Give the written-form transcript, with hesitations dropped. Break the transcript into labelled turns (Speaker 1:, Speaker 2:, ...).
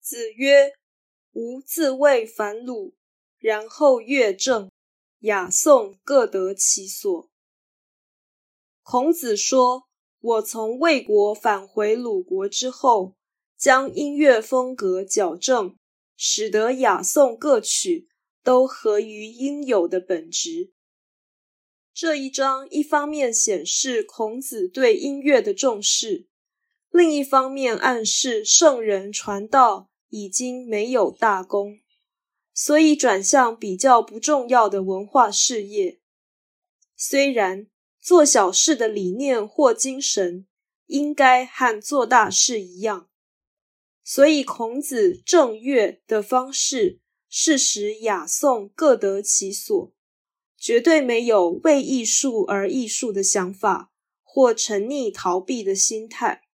Speaker 1: 子曰：吾自谓反鲁，然后乐正，雅颂各得其所。孔子说，我从魏国返回鲁国之后，将音乐风格矫正，使得雅颂各曲都合于应有的本质。这一章一方面显示孔子对音乐的重视，另一方面暗示圣人传道已经没有大功，所以转向比较不重要的文化事业。虽然做小事的理念或精神应该和做大事一样，所以孔子正乐的方式是使雅颂各得其所，绝对没有为艺术而艺术的想法或沉溺逃避的心态。